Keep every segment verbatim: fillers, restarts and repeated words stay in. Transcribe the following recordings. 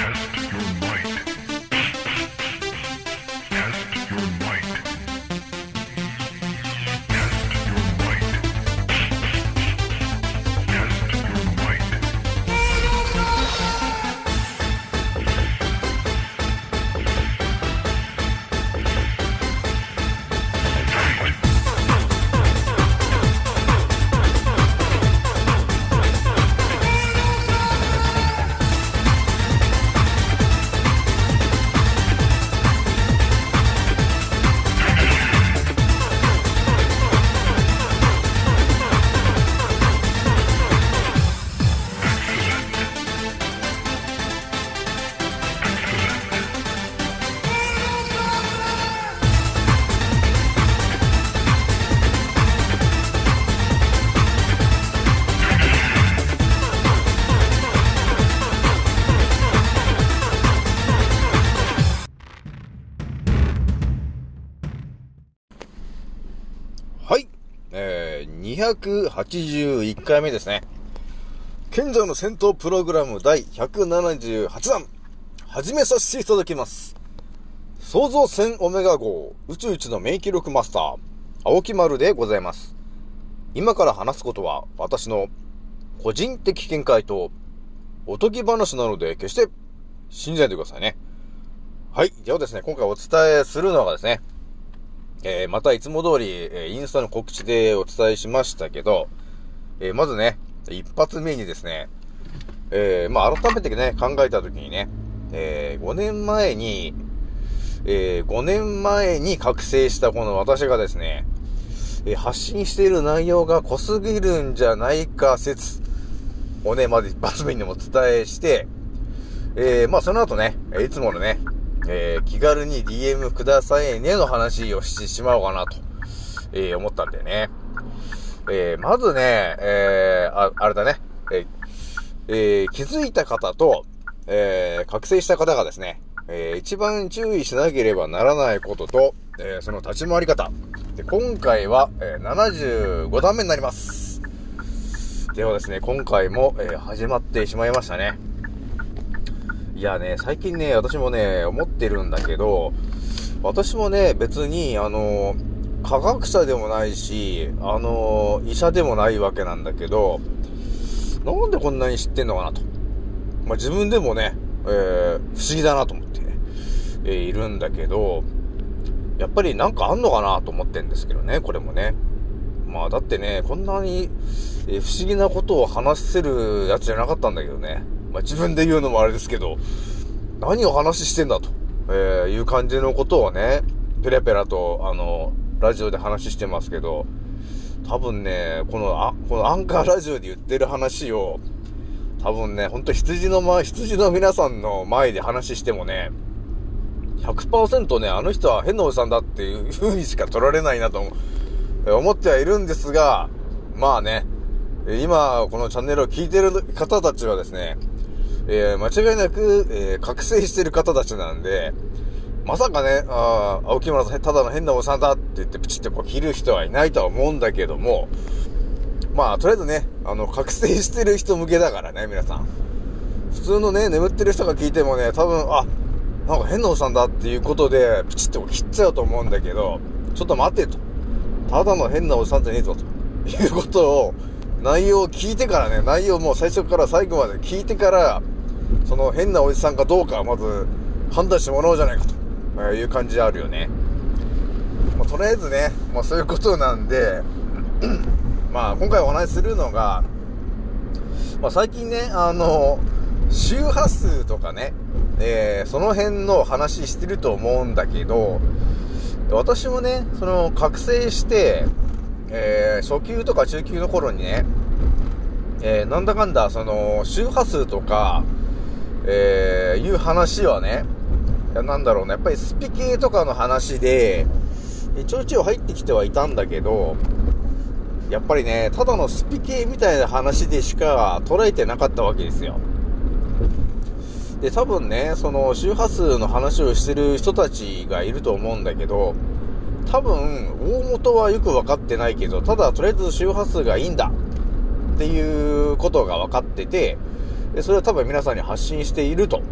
にひゃくはちじゅういっかいめですね。賢者の戦闘プログラムだいひゃくななじゅうはちだん、始めさせていただきます。創造船オメガ号宇宙一の名記録マスター、青木丸でございます。今から話すことは私の個人的見解とおとぎ話なので決して信じないでくださいね。はい。ではですね、今回お伝えするのがですね、えー、またいつも通り、えー、インスタの告知でお伝えしましたけど、えー、まずね、一発目にですね、えー、まあ改めてね、考えたときにね、えー、ごねんまえに、えー、ごねんまえに覚醒したこの私がですね、えー、発信している内容が濃すぎるんじゃないか説をね、まず一発目にもお伝えして、えー、まあその後ね、いつものね、えー、気軽に ディーエム くださいねの話をしてしまおうかなと、えー、思ったんでね。えー、まずね、えー、あ、あれだね、えーえー、気づいた方と、えー、覚醒した方がですね、えー、一番注意しなければならないことと、えー、その立ち回り方。で、今回は、えー、ななじゅうごだんめになります。ではですね、今回も、えー、始まってしまいましたね。いやね、最近ね、私もね、思ってるんだけど、私もね、別に、あの、科学者でもないし、あの、医者でもないわけなんだけど、なんでこんなに知ってんのかなと。まあ、自分でもね、えー、不思議だなと思って、ね、えー、いるんだけど、やっぱりなんかあんのかなと思ってんですけどね、これもね。まあ、だってね、こんなに、えー、不思議なことを話せるやつじゃなかったんだけどね。まあ、自分で言うのもあれですけど、何を話してんだと、えー、いう感じのことをね、ペラペラと、あの、ラジオで話してますけど、多分ね、この、あ、このアンカーラジオで言ってる話を、多分ね、ほんと羊の前、羊の皆さんの前で話してもね、ひゃくパーセント ね、あの人は変なおじさんだっていう風にしか取られないなと思ってはいるんですが、まあね、今、このチャンネルを聞いてる方たちはですね、えー、間違いなく、えー、覚醒してる方たちなんで、まさかね、あ青木村さん、ただの変なおじさんだって言ってプチってこう切る人はいないとは思うんだけども、まあ、とりあえずね、あの、覚醒してる人向けだからね、皆さん。普通のね、眠ってる人が聞いてもね、多分、あ、なんか変なおじさんだっていうことで、プチってこう切っちゃうと思うんだけど、ちょっと待てと。ただの変なおじさんじゃねえぞ、ということを、内容を聞いてからね、内容も最初から最後まで聞いてから、その変なおじさんかどうかをまず判断してもらおうじゃないかという感じあるよね。まあ、とりあえずね、まあそういうことなんで、まあ今回お話しするのが、まあ最近ね、あの、周波数とかね、えー、その辺の話してると思うんだけど、私もね、その覚醒して、えー、初級とか中級の頃にね、えー、なんだかんだその周波数とか、えー、いう話はね、なんだろうね、やっぱりスピ系とかの話でちょいちょい入ってきてはいたんだけど、やっぱりね、ただのスピ系みたいな話でしか捉えてなかったわけですよ。で、多分ね、その周波数の話をしてる人たちがいると思うんだけど、多分大元はよく分かってないけど、ただとりあえず周波数がいいんだっていうことが分かってて、でそれは多分皆さんに発信していると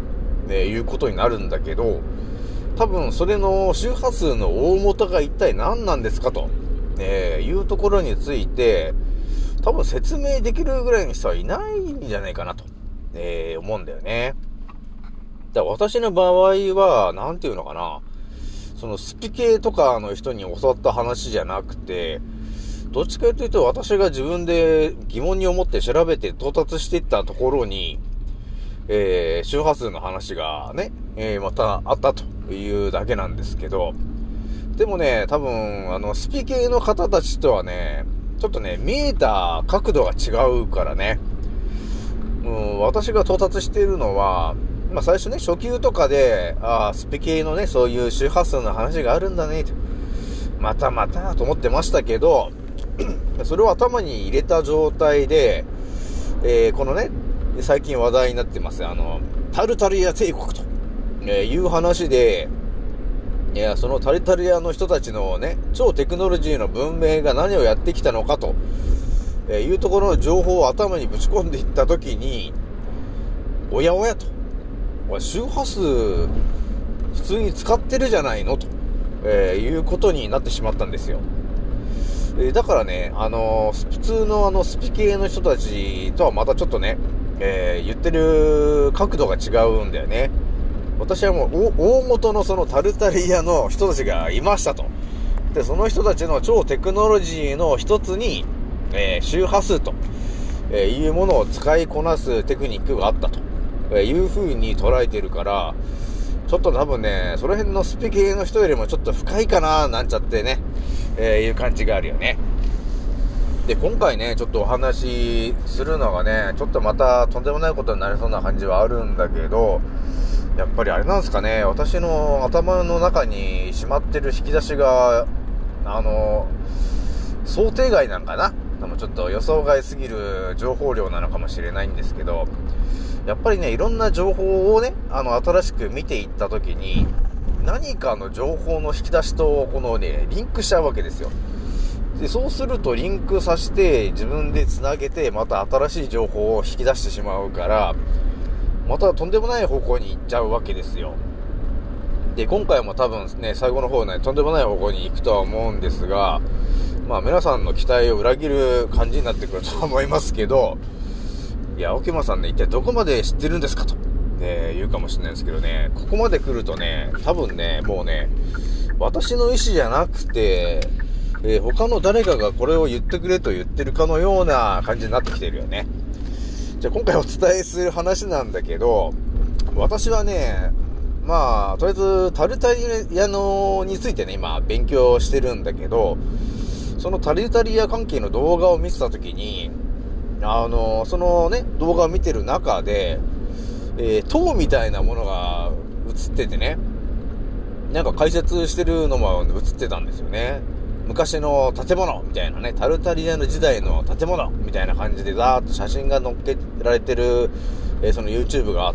えー、いうことになるんだけど、多分それの周波数の大元が一体何なんですかと、えー、いうところについて、多分説明できるぐらいの人はいないんじゃないかなと、えー、思うんだよね。だから私の場合は、なんていうのかな、そのスピ系とかの人に教わった話じゃなくて、どっちかというと私が自分で疑問に思って調べて到達していったところに、えー、周波数の話がね、えー、またあったというだけなんですけど、でもね、多分、あの、スピ系の方たちとはね、ちょっとね、見えた角度が違うからね、うん、私が到達しているのは、まあ最初ね、初級とかで、ああ、スピ系のね、そういう周波数の話があるんだね、と。またまたと思ってましたけど、それを頭に入れた状態で、えー、このね、最近話題になってます、あの、タルタリア帝国と、えー、いう話で、いや、そのタルタリアの人たちのね、超テクノロジーの文明が何をやってきたのかと、えー、いうところの情報を頭にぶち込んでいったときに、おやおやと、周波数普通に使ってるじゃないのと、えー、いうことになってしまったんですよ。えー、だからね、あのー、普通のあのスピ系の人たちとはまたちょっとね、えー、言ってる角度が違うんだよね。私はもう大元のそのタルタリアの人たちがいましたと。で、その人たちの超テクノロジーの一つに、えー、周波数と、えー、いうものを使いこなすテクニックがあったと、えー、いう風に捉えてるから、ちょっと多分ね、その辺のスピ系の人よりもちょっと深いかななんちゃってね、えー、いう感じがあるよね。で、今回ね、ちょっとお話しするのがね、ちょっとまたとんでもないことになりそうな感じはあるんだけど、やっぱりあれなんですかね、私の頭の中にしまってる引き出しが、あの、想定外なんかな。でもちょっと予想外すぎる情報量なのかもしれないんですけど、やっぱりね、いろんな情報をね、あの、新しく見ていったときに、何かの情報の引き出しと、このね、リンクしちゃうわけですよ。で、そうするとリンクさせて、自分でつなげて、また新しい情報を引き出してしまうから、またとんでもない方向に行っちゃうわけですよ。で、今回も多分ね、最後の方ね、とんでもない方向に行くとは思うんですが、まあ皆さんの期待を裏切る感じになってくるとは思いますけど、いや、沖間さんね、一体どこまで知ってるんですかと、ね、言うかもしれないですけどね、ここまで来るとね、多分ね、もうね、私の意思じゃなくて、えー、他の誰かがこれを言ってくれと言ってるかのような感じになってきてるよね。じゃあ今回お伝えする話なんだけど、私はね、まあ、とりあえずタルタリアのについてね、今勉強してるんだけど、そのタルタリア関係の動画を見てたときに、あの、そのね、動画を見てる中で、えー、塔みたいなものが映っててね、なんか解説してるのも映ってたんですよね。昔の建物みたいなね、タルタリアの時代の建物みたいな感じでザーッと写真が載っけられてる、えー、その YouTube があって、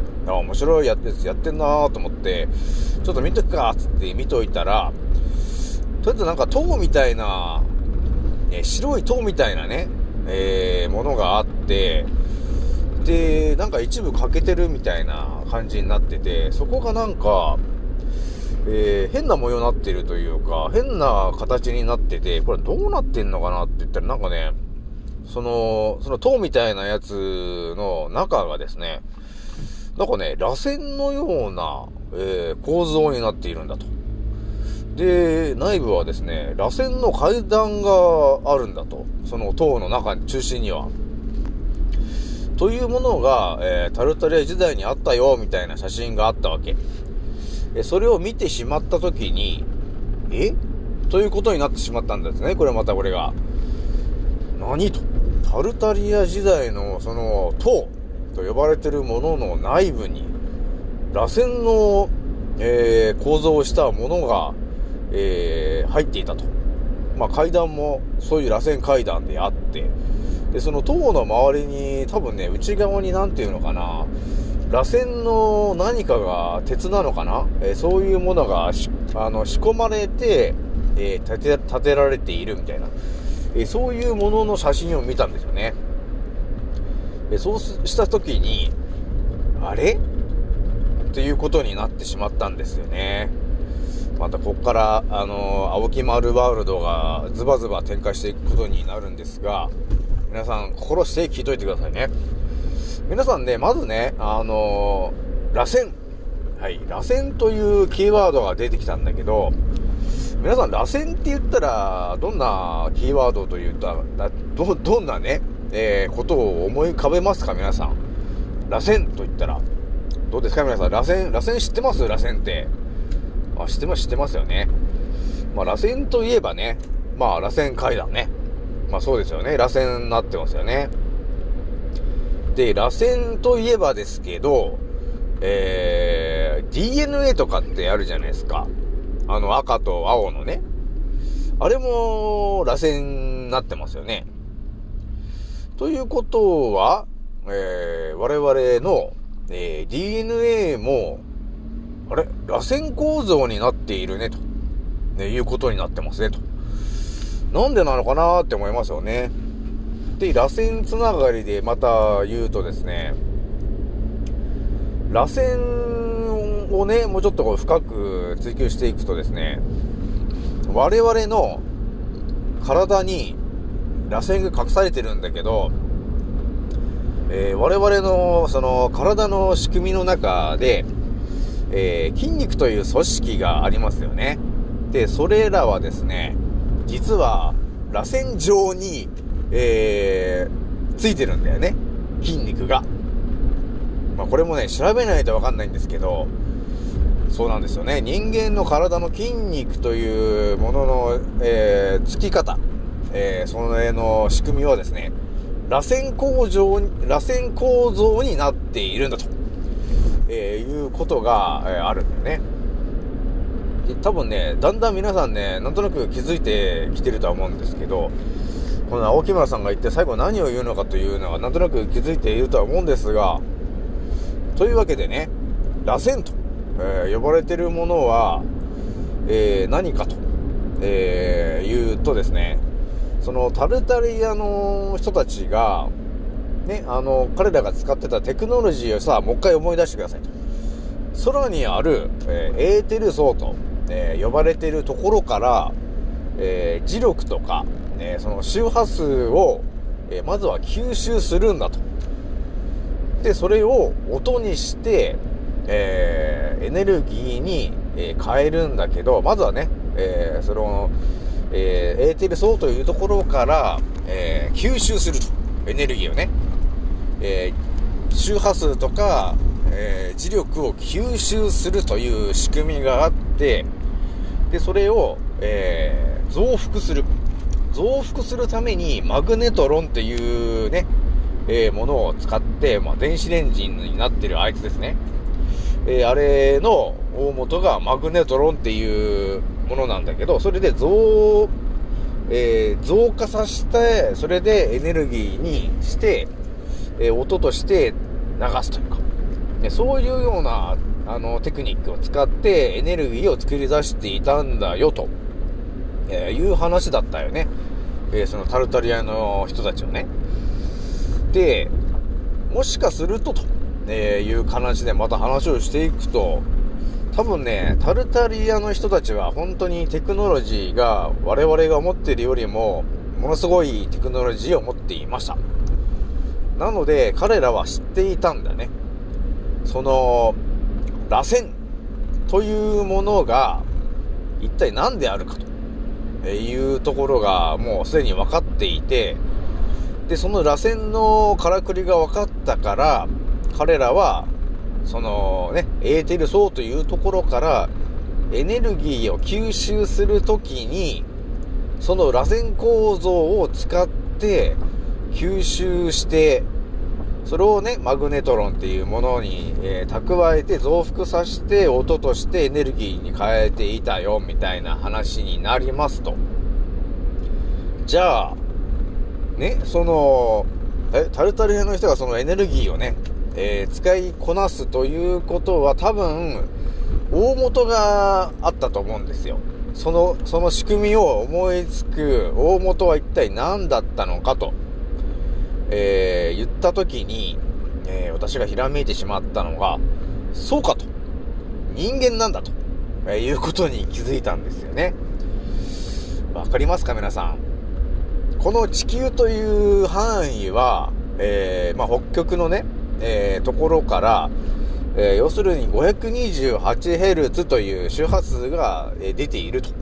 あ、面白いやってやってんなーと思って、ちょっと見とくかつって見といたら、とりあえずなんか塔みたいな、ね、白い塔みたいなね、えー、ものがあって、で、なんか一部欠けてるみたいな感じになってて、そこがなんか、えー、変な模様になってるというか、変な形になってて、これどうなってんのかなって言ったら、なんかね、その、その塔みたいなやつの中がですね、なんかね、螺旋のような、えー、構造になっているんだと。で、内部はですね、螺旋の階段があるんだと。その塔の中、中心には。というものが、えー、タルタリア時代にあったよ、みたいな写真があったわけ。それを見てしまったときに、えということになってしまったんですね。これまた俺が。何と。タルタリア時代のその塔と呼ばれてるものの内部に、螺旋の、えー、構造をしたものが、えー、入っていたと。まあ階段もそういう螺旋階段であって、で、その塔の周りに多分ね、内側になんていうのかな、螺旋の何かが鉄なのかな、えー、そういうものがしあの仕込まれて、えー、立て、立てられているみたいな、えー、そういうものの写真を見たんですよね。えー、そうした時に、あれっていうことになってしまったんですよね。またここから、あのー、青木丸ワールドがズバズバ展開していくことになるんですが、皆さん心して聞いといてくださいね。皆さんね、まずね、あのー、螺旋。はい、螺旋というキーワードが出てきたんだけど、皆さん螺旋って言ったら、どんなキーワードというと、ど、どんなね、えー、ことを思い浮かべますか皆さん。螺旋と言ったら。どうですか皆さん。螺旋、螺旋知ってます螺旋って。あ、知ってます、知ってますよね。まあ、螺旋といえばね、まあ、螺旋階段ね。まあ、そうですよね。螺旋になってますよね。で、螺旋といえばですけど、えー、ディーエヌエー とかってあるじゃないですか。あの、赤と青のね。あれも、螺旋になってますよね。ということは、えー、我々の、えー、ディーエヌエー も、あれ螺旋構造になっているね、と、ね、いうことになってますね、と。なんでなのかなーって思いますよね。で、螺旋つながりでまた言うとですね、螺旋をね、もうちょっと深く追求していくとですね、我々の体に螺旋が隠されてるんだけど、えー、我々のその体の仕組みの中で、えー、筋肉という組織がありますよね。で、それらはですね、実は螺旋状に、えー、ついてるんだよね。筋肉が。まあこれもね、調べないとわかんないんですけど、そうなんですよね。人間の体の筋肉というものの、えー、つき方、えー、その絵の仕組みはですね、螺旋構造、螺旋構造になっているんだと、えー、いうことが、えー、あるんだよね。で、多分ね、だんだん皆さんね、なんとなく気づいてきてるとは思うんですけど、この青木村さんが言って最後何を言うのかというのはなんとなく気づいているとは思うんですが、というわけでね、螺旋と、えー、呼ばれているものは、えー、何かと、えー、言うとですね、そのタルタリアの人たちがね、あの彼らが使ってたテクノロジーをさ、もう一回思い出してくださいと。空にある、えー、エーテル層と、えー、呼ばれているところから、えー、磁力とか、えー、その周波数を、えー、まずは吸収するんだと。で、それを音にして、えー、エネルギーに、えー、変えるんだけど、まずはね、えー、その、えー、エーテル層というところから、えー、吸収すると。エネルギーをね。えー、周波数とか、えー、磁力を吸収するという仕組みがあって、で、それを、えー、増幅する。増幅するためにマグネトロンっていうね、えー、ものを使って、まあ、電子レンジになってるあいつですね。えー、あれの大元がマグネトロンっていうものなんだけど、それで増、えー、増加させて、それでエネルギーにして、えー、音として流すというか、ね、そういうようなあのテクニックを使ってエネルギーを作り出していたんだよと、えー、いう話だったよね。えー、そのタルタリアの人たちはね。で、もしかするとと、えー、いう話でまた話をしていくと、多分ね、タルタリアの人たちは本当にテクノロジーが我々が持っているよりもものすごいテクノロジーを持っていました。なので彼らは知っていたんだね。その螺旋というものが一体何であるかというところがもうすでに分かっていて、でその螺旋のからくりが分かったから、彼らはそのね、エーテル層というところからエネルギーを吸収するときに、その螺旋構造を使って吸収して、それをね、マグネトロンっていうものに、えー、蓄えて増幅させて音としてエネルギーに変えていたよみたいな話になりますと。じゃあね、そのえタルタリアの人がそのエネルギーをね、えー、使いこなすということは多分大元があったと思うんですよ。そのその仕組みを思いつく大元は一体何だったのかと、えー、言った時に、えー、私がひらめいてしまったのが、そうかと、 人間なんだと、えー、いうことに気づいたんですよね。わかりますか皆さん。この地球という範囲は、えー、まあ、北極のね、えー、ところから、えー、要するに ごひゃくにじゅうはちヘルツ という周波数が、えー、出ていると。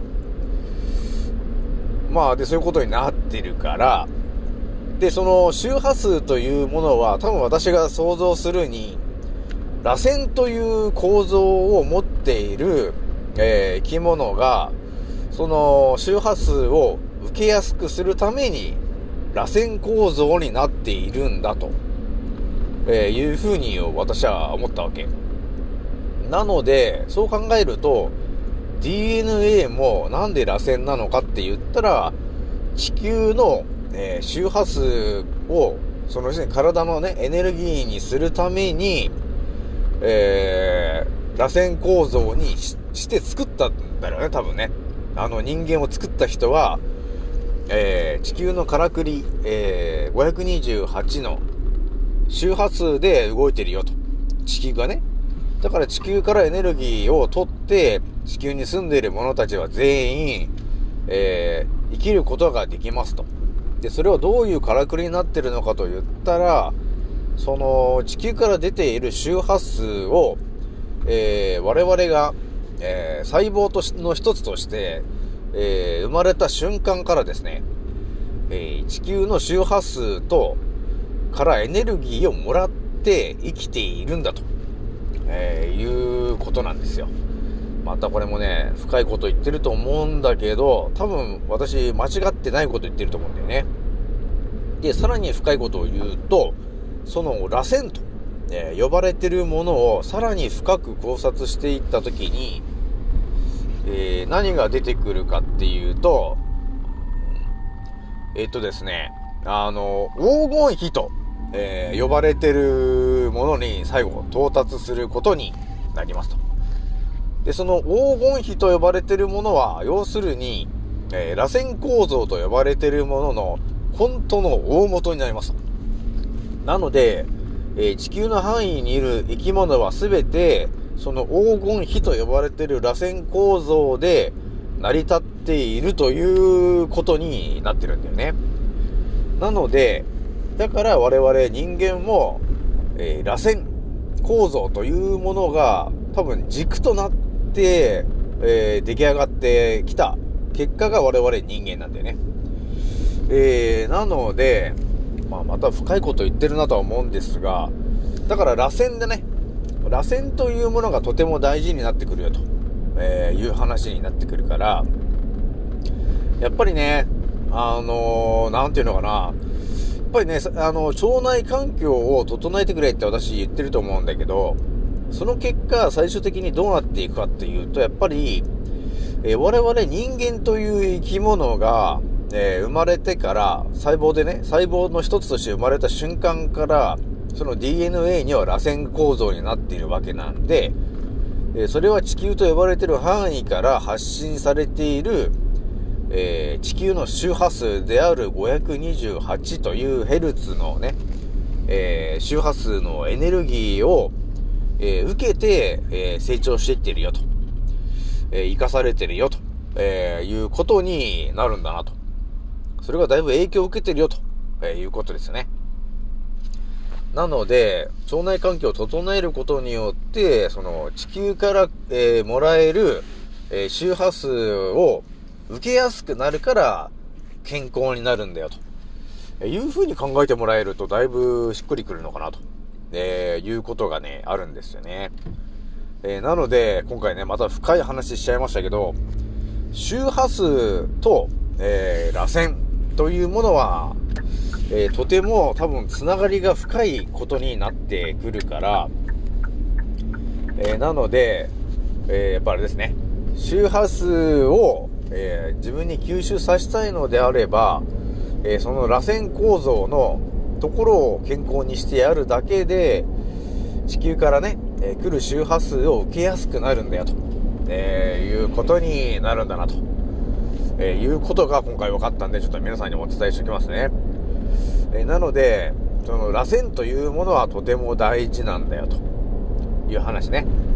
まあ、で、そういうことになってるから、で、その周波数というものは、多分私が想像するに、螺旋という構造を持っている、えー、生き物が、その周波数を受けやすくするために、螺旋構造になっているんだと、えー、いうふうに私は思ったわけ。なので、そう考えると、ディーエヌエー もなんで螺旋なのかって言ったら、地球の、えー、周波数を、その体のね、エネルギーにするために、えー、螺旋構造に し, して作ったんだよね、多分ね。あの人間を作った人は、えー、地球のからくり、えー、ごひゃくにじゅうはちの周波数で動いてるよと。地球がね。だから地球からエネルギーを取って、地球に住んでいる者たちは全員、えー、生きることができますと。で、それはどういうからくりになってるのかと言ったら、その地球から出ている周波数を、えー、我々が、えー、細胞としの一つとして、えー、生まれた瞬間からですね、えー、地球の周波数とからエネルギーをもらって生きているんだと、えー、いうことなんですよ。またこれもね、深いこと言ってると思うんだけど、多分私間違ってないこと言ってると思うんだよね。で、さらに深いことを言うと、その螺旋と、えー、呼ばれてるものをさらに深く考察していったときに、えー、何が出てくるかっていうと、えー、っとですね、あの、黄金比と、えー、呼ばれてるものに最後到達することになりますと。で、その黄金比と呼ばれてるものは、要するに、えー、螺旋構造と呼ばれてるものの本当の大元になりますと。なので、えー、地球の範囲にいる生き物はすべて、その黄金比と呼ばれている螺旋構造で成り立っているということになってるんだよね。なので、だから我々人間も、えー、螺旋構造というものが多分軸となって、えー、出来上がってきた結果が我々人間なんだよね。えー、なので、まあ、また深いこと言ってるなとは思うんですが、だから螺旋でね、螺旋というものがとても大事になってくるよと、えー、いう話になってくるから、やっぱりね、あのー、なんていうのかな、やっぱりね、あの、腸内環境を整えてくれって私言ってると思うんだけど、その結果、最終的にどうなっていくかっていうと、やっぱり、えー、我々人間という生き物が、えー、生まれてから、細胞でね、細胞の一つとして生まれた瞬間から、その ディーエヌエー には螺旋構造になっているわけなんで、えー、それは地球と呼ばれている範囲から発信されている、えー、地球の周波数であるごひゃくにじゅうはちというヘルツのね、えー、周波数のエネルギーを、えー、受けて、えー、成長していってるよと、えー、生かされてるよと、えー、いうことになるんだなと。それがだいぶ影響を受けてるよと、えー、いうことですよね。なので、腸内環境を整えることによって、その地球から、えー、もらえる、えー、周波数を受けやすくなるから健康になるんだよと、えー、いう風に考えてもらえるとだいぶしっくりくるのかなと、えー、いうことがね、あるんですよね。えー、なので、今回ね、また深い話しちゃいましたけど、周波数と、えー、螺旋というものは、えー、とても多分つながりが深いことになってくるから、えー、なので、えー、やっぱあれですね、周波数を、えー、自分に吸収させたいのであれば、えー、その螺旋構造のところを健康にしてやるだけで地球からね、えー、来る周波数を受けやすくなるんだよと、えー、いうことになるんだなと、えー、いうことが今回分かったんで、ちょっと皆さんにもお伝えしておきますね。えー、なので、その螺旋というものはとても大事なんだよという話ね。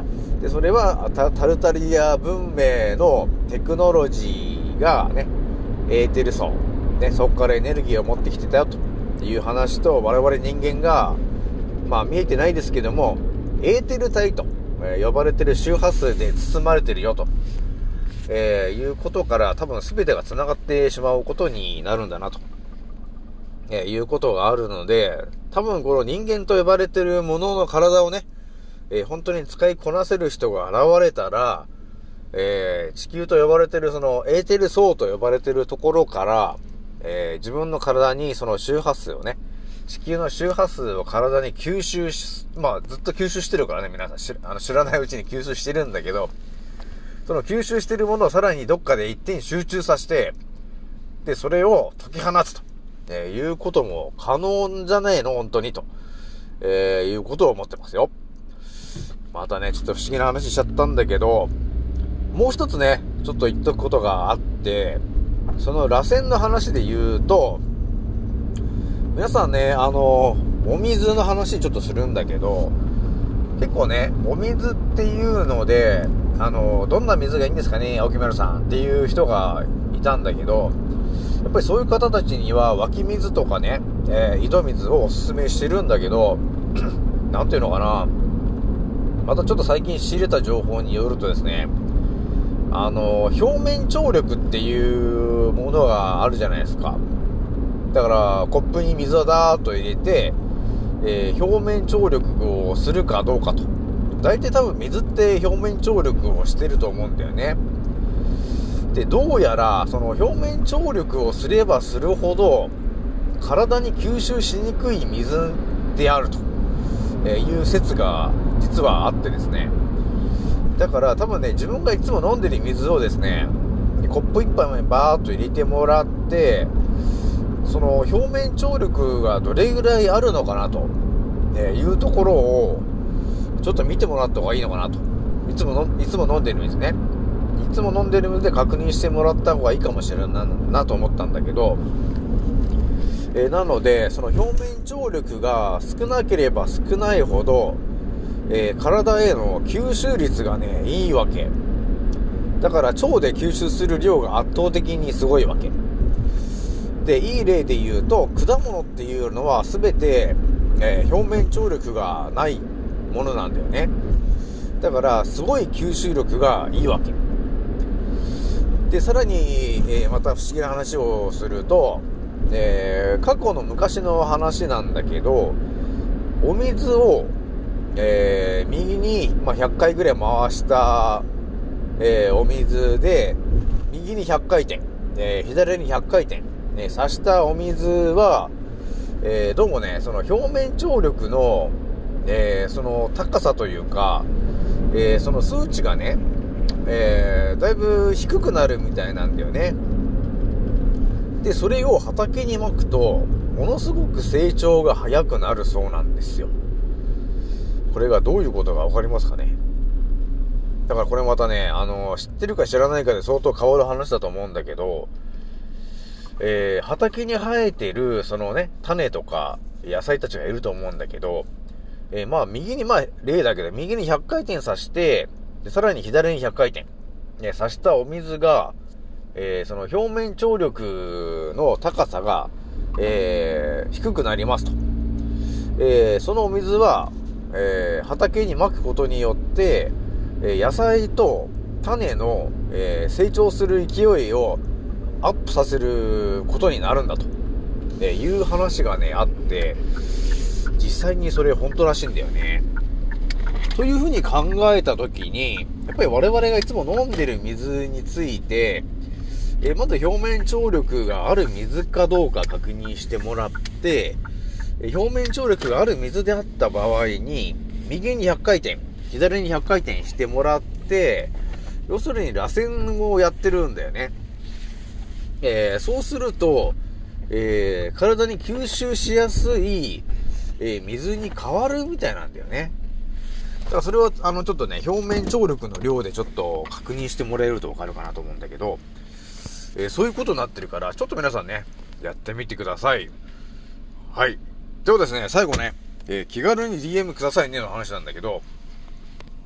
で、それはタ、タルタリア文明のテクノロジーがね、エーテル層、ね、そこからエネルギーを持ってきてたよという話と、我々人間が、まあ見えてないですけども、エーテル体と、えー、呼ばれてる周波数で包まれてるよと、えー、いうことから多分全てが繋がってしまうことになるんだなと、えー、いうことがあるので、多分この人間と呼ばれてるものの体をね、えー、本当に使いこなせる人が現れたら、えー、地球と呼ばれてるそのエーテル層と呼ばれてるところから、えー、自分の体にその周波数をね、地球の周波数を体に吸収し、まあずっと吸収してるからね、皆さん知ら、あの知らないうちに吸収してるんだけど、その吸収してるものをさらにどっかで一点集中させて、で、それを解き放つと、えー、いうことも可能じゃねえの、本当にと、えー、いうことを思ってますよ。またね、ちょっと不思議な話しちゃったんだけど、もう一つね、ちょっと言っとくことがあって、その螺旋の話で言うと、皆さんね、あの、お水の話ちょっとするんだけど、結構ね、お水っていうので、あの、どんな水がいいんですかね、青木丸さんっていう人がいたんだけど、やっぱりそういう方たちには湧き水とかね、えー、井戸水をおすすめしてるんだけど、なんていうのかな、またちょっと最近仕入れた情報によるとですね、あの、表面張力っていうものがあるじゃないですか。だから、コップに水をダーッと入れて、えー、表面張力をするかどうかと。大体多分水って表面張力をしてると思うんだよね。で、どうやら、その表面張力をすればするほど、体に吸収しにくい水であるという説が実はあってですね。だから多分ね、自分がいつも飲んでる水をですね、コップ一杯までバーッと入れてもらって、その表面張力がどれぐらいあるのかなと、えー、いうところをちょっと見てもらった方がいいのかなと。いつものいつも飲んでる水ね。いつも飲んでる水で確認してもらった方がいいかもしれないな、なと思ったんだけど、えー、なのでその表面張力が少なければ少ないほど、えー、体への吸収率がね、いいわけ。だから腸で吸収する量が圧倒的にすごいわけ。で、いい例で言うと、果物っていうのは全て、えー、表面張力がないものなんだよね。だからすごい吸収力がいいわけで、さらに、えー、また不思議な話をすると、えー、過去の昔の話なんだけど、お水を、えー、右に、まあ、ひゃっかいぐらい回した、えー、お水で右にひゃっかい転、えー、左にひゃっかい転、ね、刺したお水は、えー、どうもね、その表面張力の、えー、その高さというか、えー、その数値がね、えー、だいぶ低くなるみたいなんだよね。で、それを畑にまくとものすごく成長が早くなるそうなんですよ。これがどういうことか分かりますかね。だからこれまたね、あの知ってるか知らないかで相当変わる話だと思うんだけど、えー、畑に生えてるそのね、種とか野菜たちがいると思うんだけど、えー、まあ右に、まあ例だけど右にひゃっかい転刺して、でさらに左にひゃっかい転、ね、刺したお水が、えー、その表面張力の高さが、えー、低くなりますと。えー、そのお水は、えー、畑にまくことによって、えー、野菜と種の、えー、成長する勢いをアップさせることになるんだと、えー、いう話がねあって、実際にそれ本当らしいんだよね。というふうに考えたときに、やっぱり我々がいつも飲んでる水について、えー、まず表面張力がある水かどうか確認してもらって、表面張力がある水であった場合に、右にひゃっかい転、左にひゃっかい転してもらって、要するに螺旋をやってるんだよね。えー、そうすると、えー、体に吸収しやすい、えー、水に変わるみたいなんだよね。だからそれはあのちょっとね、表面張力の量でちょっと確認してもらえると分かるかなと思うんだけど、えー、そういうことになってるから、ちょっと皆さんね、やってみてください。はい。ではですね、最後ね、えー、気軽に ディーエム くださいねの話なんだけど、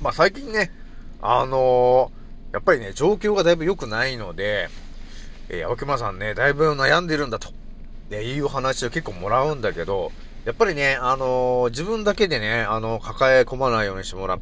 まあ最近ね、あのー、やっぱりね、状況がだいぶ良くないので、えー、青木村さんね、だいぶ悩んでるんだと、ね、いう話を結構もらうんだけど、やっぱりね、あのー、自分だけでね、あのー、抱え込まないようにしてもらって、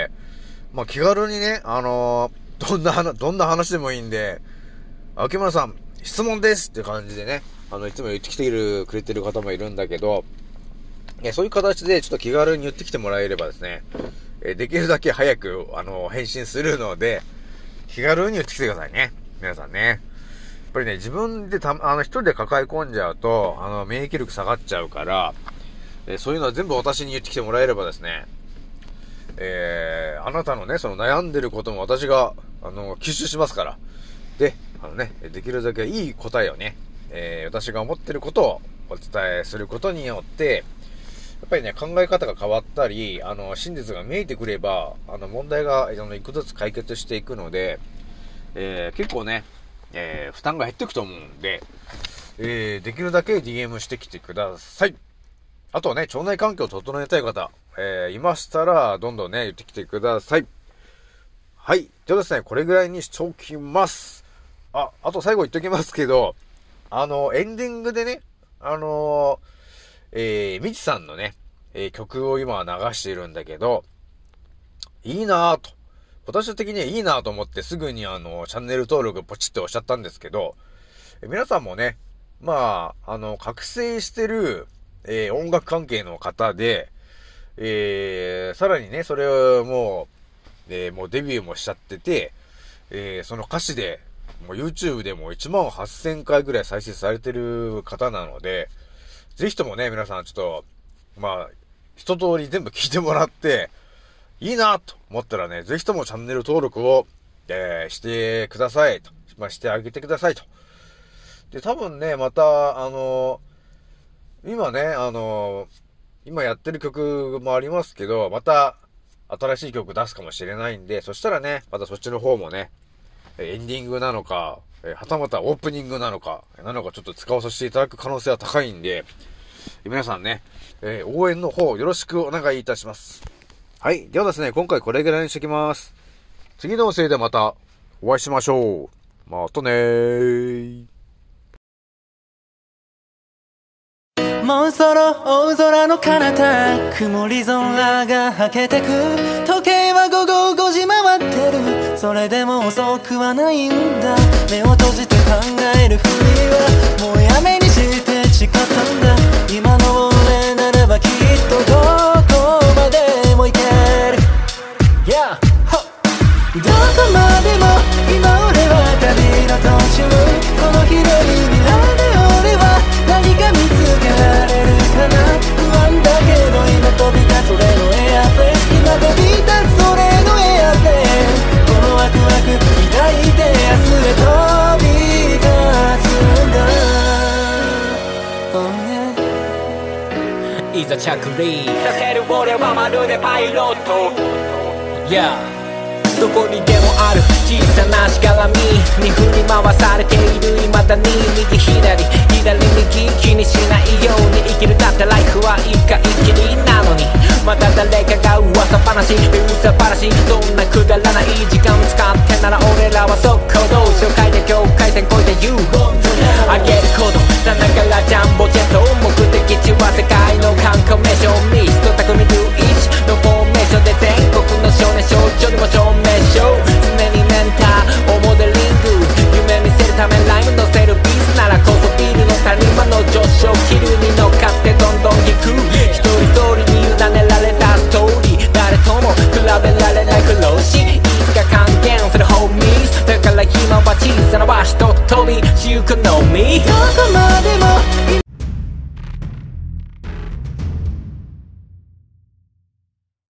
まあ気軽にね、あのー、どんな話、どんな話でもいいんで、青木村さん、質問ですって感じでね、あの、いつも言ってきてくれてる方もいるんだけど、えそういう形でちょっと気軽に言ってきてもらえればですね、えできるだけ早く、あの、返信するので、気軽に言ってきてくださいね。皆さんね。やっぱりね、自分でた、あの、一人で抱え込んじゃうと、あの、免疫力下がっちゃうから、えそういうのは全部私に言ってきてもらえればですね、えー、あなたのね、その悩んでることも私が、あの、吸収しますから。で、あのね、できるだけいい答えをね、えー、私が思ってることをお伝えすることによって、やっぱりね、考え方が変わったり、あの、真実が見えてくれば、あの、問題が、あの、一個ずつ解決していくので、えー、結構ね、えー、負担が減っていくと思うんで、えー、できるだけ ディーエム してきてください。あとはね、腸内環境を整えたい方、えー、いましたら、どんどんね、言ってきてください。はい。じゃあですね、これぐらいにしておきます。あ、あと最後言っときますけど、あの、エンディングでね、あのー、えー、みちさんのね、えー、曲を今は流しているんだけど、いいなぁと。私的にはいいなぁと思ってすぐにあの、チャンネル登録ポチって押しちゃったんですけど、えー、皆さんもね、まあ、あの、覚醒してる、えー、音楽関係の方で、えー、さらにね、それをもう、えー、もうデビューもしちゃってて、えー、その歌詞で、もう YouTube でもいちまんはっせんかいぐらい再生されてる方なので、ぜひともね、皆さんちょっと、まあ、一通り全部聞いてもらって、いいなと思ったらね、ぜひともチャンネル登録を、えー、してくださいと。まあ、してあげてくださいと。で、多分ね、また、あのー、今ね、あのー、今やってる曲もありますけど、また、新しい曲出すかもしれないんで、そしたらね、またそっちの方もね、エンディングなのか、えー、はたまたオープニングなのか、なのかちょっと使わさせていただく可能性は高いんで、皆さんね、えー、応援の方よろしくお願いいたします。はい。ではですね、今回これぐらいにしておきます。次の音声でまたお会いしましょう。またねー。 もうそろ大空の彼方、曇り空がはけてく。時計は午後ごじ回ってる。それでも遅くはないんだ。目を閉じて考えるふりはもうやめにして誓ったんだ。今の俺ならばきっとどこまでも行ける、yeah! どこまでも今俺は旅の途中。この広い未来で俺は何か見つけられるかな。不安だけど今飛び立つそれのエアプレイ、今飛び立つそれのエアプレイ、このワクワク抱いて明日へ飛び立つんだ、oh yeah、 いざ着陸させる俺はまるでパイロット、yeah、どこにでもある小さなしがらみに振り回されている未だに右左左右気にしないように生きる。だってライフは一回きりなのに、また誰かが噂話噂話、そんなくだらない時間使ってなら俺らは速攻動紹介で境界線越えて You あげることさながらジャンボジェット、目的地は世界の観光名所、ミスト匠ルイチのフォーメーションで全国の少年少女にも証明常にメンターをモデリング、夢見せるためライム乗せるビースならこそビルの谷間の上昇気流に乗っかってどんどん行く、一人一人に委ねられたストーリー、誰とも比べられない苦労しいつか還元するホーミーズ、だから今は小さな場所と飛びしゆくのみ、どこまでも